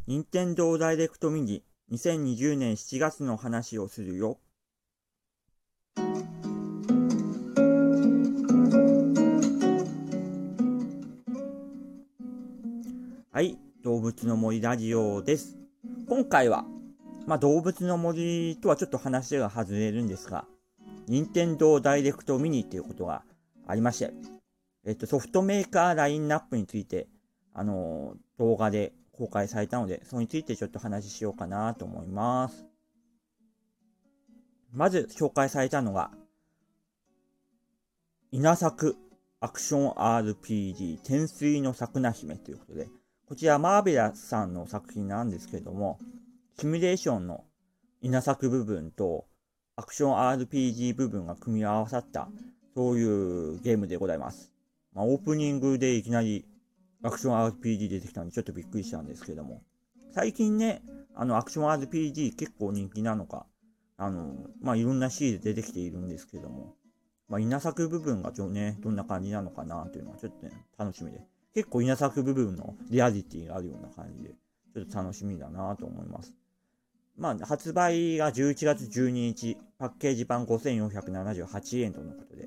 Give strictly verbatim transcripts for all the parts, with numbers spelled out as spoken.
任天堂ダイレクトミニにせんにじゅうねんしちがつの話をするよ。はい、動物の森ラジオです。今回は、まあ、動物の森とはちょっと話が外れるんですが、任天堂ダイレクトミニということがありまして、えっと、ソフトメーカーラインナップについて、あのー動画で公開されたので、それについてちょっと話ししようかなと思います。まず紹介されたのが、稲作アクション アールピージー 天水の桜姫ということで、こちらマーベラスさんの作品なんですけれども、シミュレーションの稲作部分とアクション アールピージー 部分が組み合わさった、そういうゲームでございます。まあ、オープニングでいきなりアクション アールピージー 出てきたんでちょっとびっくりしたんですけども、最近ね、あのアクション アールピージー 結構人気なのか、あの、まあ、いろんなシリーズ出てきているんですけども、まあ、稲作部分がちょね、どんな感じなのかなというのはちょっとね、楽しみで。結構稲作部分のリアリティがあるような感じで、ちょっと楽しみだなと思います。まあ、発売がじゅういちがつじゅうににち、パッケージ版ごせんよんひゃくななじゅうはちえんとのことで。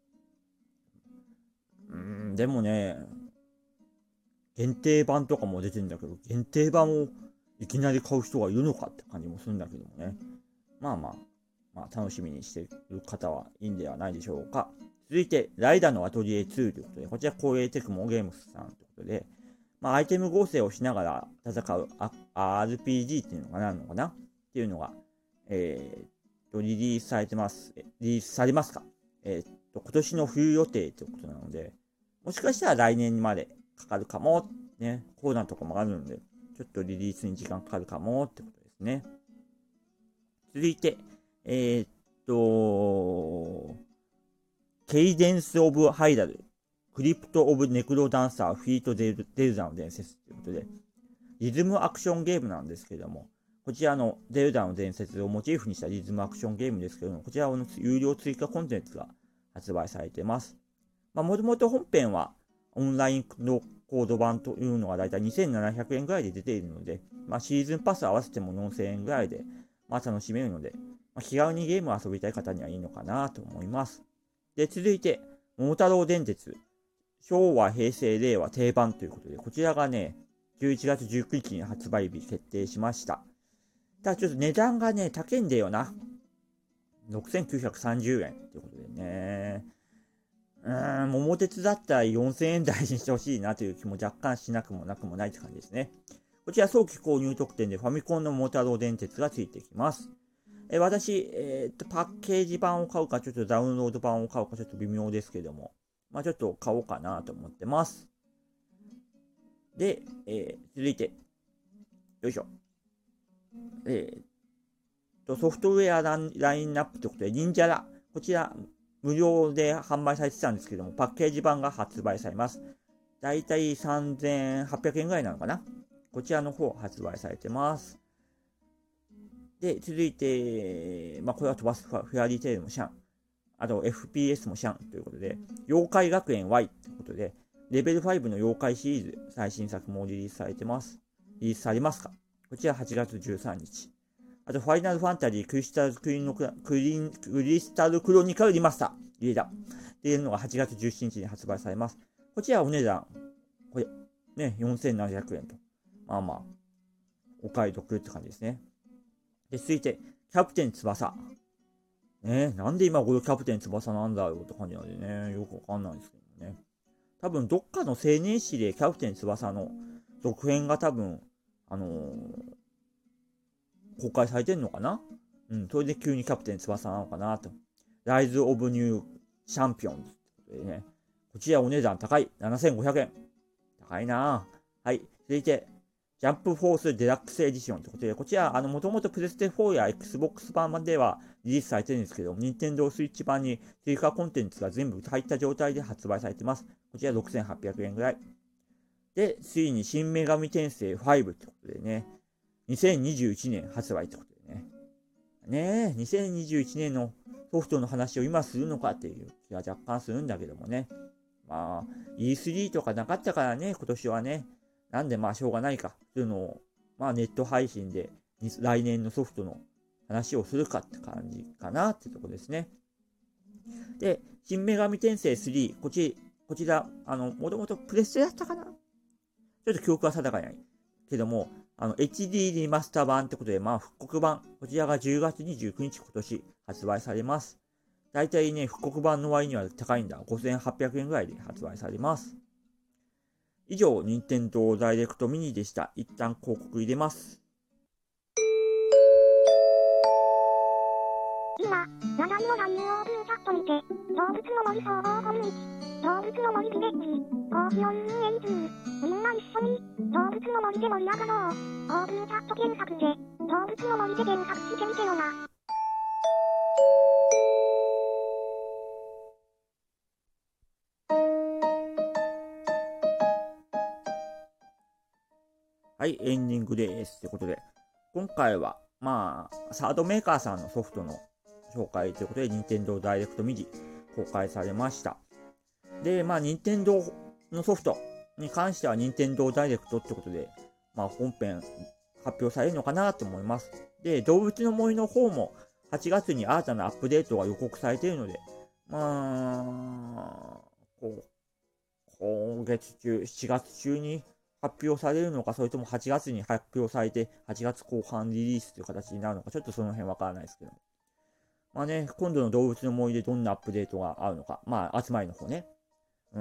うーん、でもね、限定版とかも出てるんだけど、限定版をいきなり買う人がいるのかって感じもするんだけどもね。まあまあ、まあ楽しみにしている方はいいんではないでしょうか。続いて、ライダーのアトリエツーということで、こちら光栄テクモゲームスさんということで、まあアイテム合成をしながら戦う アールピージー っていうのがなるのかなっていうのが、えー、とリリースされてます。リリースされますかえー、と今年の冬予定ということなので、もしかしたら来年までかかるかも、ね、コーナーとかもあるので、ちょっとリリースに時間かかるかもってことですね。続いて、えー、っと、ケイデンス・オブ・ハイダル、クリプト・オブ・ネクロダンサー、フィート・デルダの伝説ということで、リズムアクションゲームなんですけれども、こちらのデルダの伝説をモチーフにしたリズムアクションゲームですけれども、こちらの有料追加コンテンツが発売されています。もともと本編はオンラインのコード版というのがだいたいにせんななひゃくえんぐらいで出ているので、まあ、シーズンパス合わせてもよんせんえんぐらいで、まあ、楽しめるので、まあ、気軽にゲームを遊びたい方にはいいのかなと思います。で、続いて、桃太郎電鉄、昭和、平成、令和定番ということで、こちらがね、じゅういちがつじゅうくにちに発売日決定しました。ただちょっと値段がね、高いんだよな。ろくせんきゅうひゃくさんじゅうえんということでね。うーん、桃鉄だったらよんせんえん台にしてほしいなという気も若干しなくもなくもないって感じですね。こちら早期購入特典でファミコンの桃太郎電鉄がついてきます。え私、えー、っと、パッケージ版を買うか、ちょっとダウンロード版を買うか、ちょっと微妙ですけども、まあちょっと買おうかなと思ってます。で、えー、続いて、よいしょ。えー、っと、ソフトウェアラインナップということで、忍者ラ。こちら、無料で販売されてたんですけども、パッケージ版が発売されます。だいたいさんぜんはっぴゃくえんぐらいなのかな。こちらの方発売されてます。で、続いて、まあ、これは飛ばすフェアリーテイルもシャン。あと エフピーエス もシャンということで、妖怪学園 Y ということで、レベルごの妖怪シリーズ最新作もリリースされてます。リリースされますか？こちらはちがつじゅうさんにち。あと、ファイナルファンタジークリスタルクリのクリンクリスタルクロニカルリマスター入れた。っていうのがはちがつじゅうしちにちに発売されます。こちらお値段、これ、ね、よんせんななひゃくえんと。まあまあ、お買い得って感じですね。で、続いて、キャプテン翼。ね、なんで今頃キャプテン翼なんだろうって感じなんでね、よくわかんないですけどね。多分、どっかの青年誌でキャプテン翼の続編が多分、あのー、公開されてんのかな。うん、それで急にキャプテン翼なのかなと。ライズ・オブ・ニュー・チャンピオンズということでね、こちらお値段高い。ななせんごひゃくえん。高いなぁ。はい。続いて、ジャンプフォースデラックスエディションということで、こちら、あの、もともとプレステフォーや Xbox 版ではリリースされてるんですけど、Nintendo Switch 版に追加コンテンツが全部入った状態で発売されてます。こちらろくせんはっぴゃくえんぐらい。で、ついに新女神転生ごということでね、にせんにじゅういちねん発売ということでね。ねえ、にせんにじゅういちねんのソフトの話を今するのかっていう気が若干するんだけどもね。まあ、イースリー とかなかったからね、今年はね。なんでまあしょうがないかというのをまあネット配信で来年のソフトの話をするかって感じかなってとこですね。で、新女神転生スリー、こちこちら、あの、もともとプレステだったかな、ちょっと記憶は定かないけども、あの、エイチディー リマスター版ってことで、まあ、復刻版、こちらがじゅうがつにじゅうくにち今年発売されます。だいたいね、復刻版の割には高いんだ。ごせんはっぴゃくえんぐらいで発売されます。以上、任天堂ダイレクトミニでした。一旦広告入れます。 今、話題の乱入オープンチャットにて、動物の森総合コミュニティ、動物の森ビレッジ、講師を運営中。みんな一緒に、動物の森で盛り上がろう。オープンチャット検索で、動物の森で検索してみてよな。 はい、エンディングです。ってことで、今回は、まあ、サードメーカーさんのソフトの紹介ということで、任天堂ダイレクトミニ公開されました。で、まあ、任天堂のソフトに関しては、任天堂ダイレクトってことで、まあ、本編発表されるのかなと思います。で、動物の森の方も、はちがつに新たなアップデートが予告されているので、まあ、こう、今月中、しちがつ中に発表されるのか、それともはちがつに発表されて、はちがつこう半リリースという形になるのか、ちょっとその辺わからないですけど。まあね、今度の動物の森でどんなアップデートがあるのか、まあ、集まりの方ね。うん。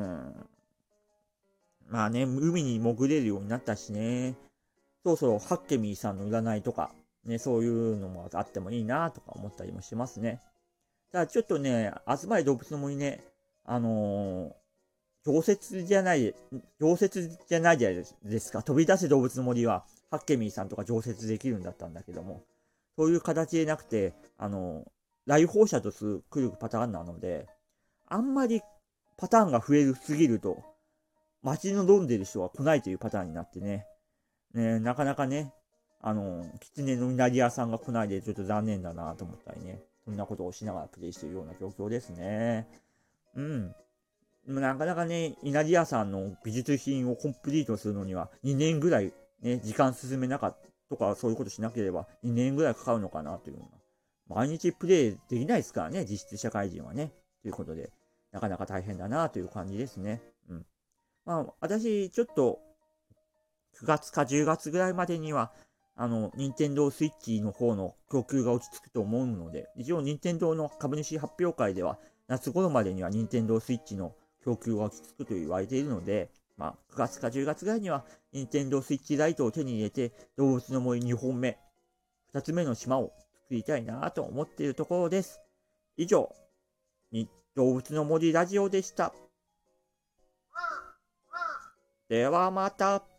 まあね、海に潜れるようになったしね。そろそろハッケミーさんの占いとか、ね、そういうのもあってもいいなとか思ったりもしますね。ただちょっとね、集まり動物の森ね、あのー、常設じゃない、常設じゃないじゃないですか。飛び出せ動物の森は、ハッケミーさんとか常設できるんだったんだけども、そういう形でなくて、あのー、来訪者とす来るパターンなので、あんまりパターンが増えすぎると、待ち望んでる人が来ないというパターンになってね、ねなかなかね、あの、狐の稲荷屋さんが来ないでちょっと残念だなと思ったりね、そんなことをしながらプレイしているような状況ですね。うん。なかなかね、稲荷屋さんの美術品をコンプリートするのにはにねんぐらいね、時間進めなかったとかそういうことしなければにねんぐらいかかるのかなというような。毎日プレイできないですからね、実質社会人はね。ということで、なかなか大変だなという感じですね。うん。まあ、私、ちょっと、くがつかじゅうがつぐらいまでには、あの、任天堂スイッチの方の供給が落ち着くと思うので、一応任天堂の株主発表会では、夏頃までには任天堂スイッチの供給が落ち着くと言われているので、まあ、くがつかじゅうがつぐらいには、任天堂スイッチライトを手に入れて、動物の森にほんめ、ふたつめの島を作りたいなと思っているところです。以上、動物の森ラジオでした。ではまた。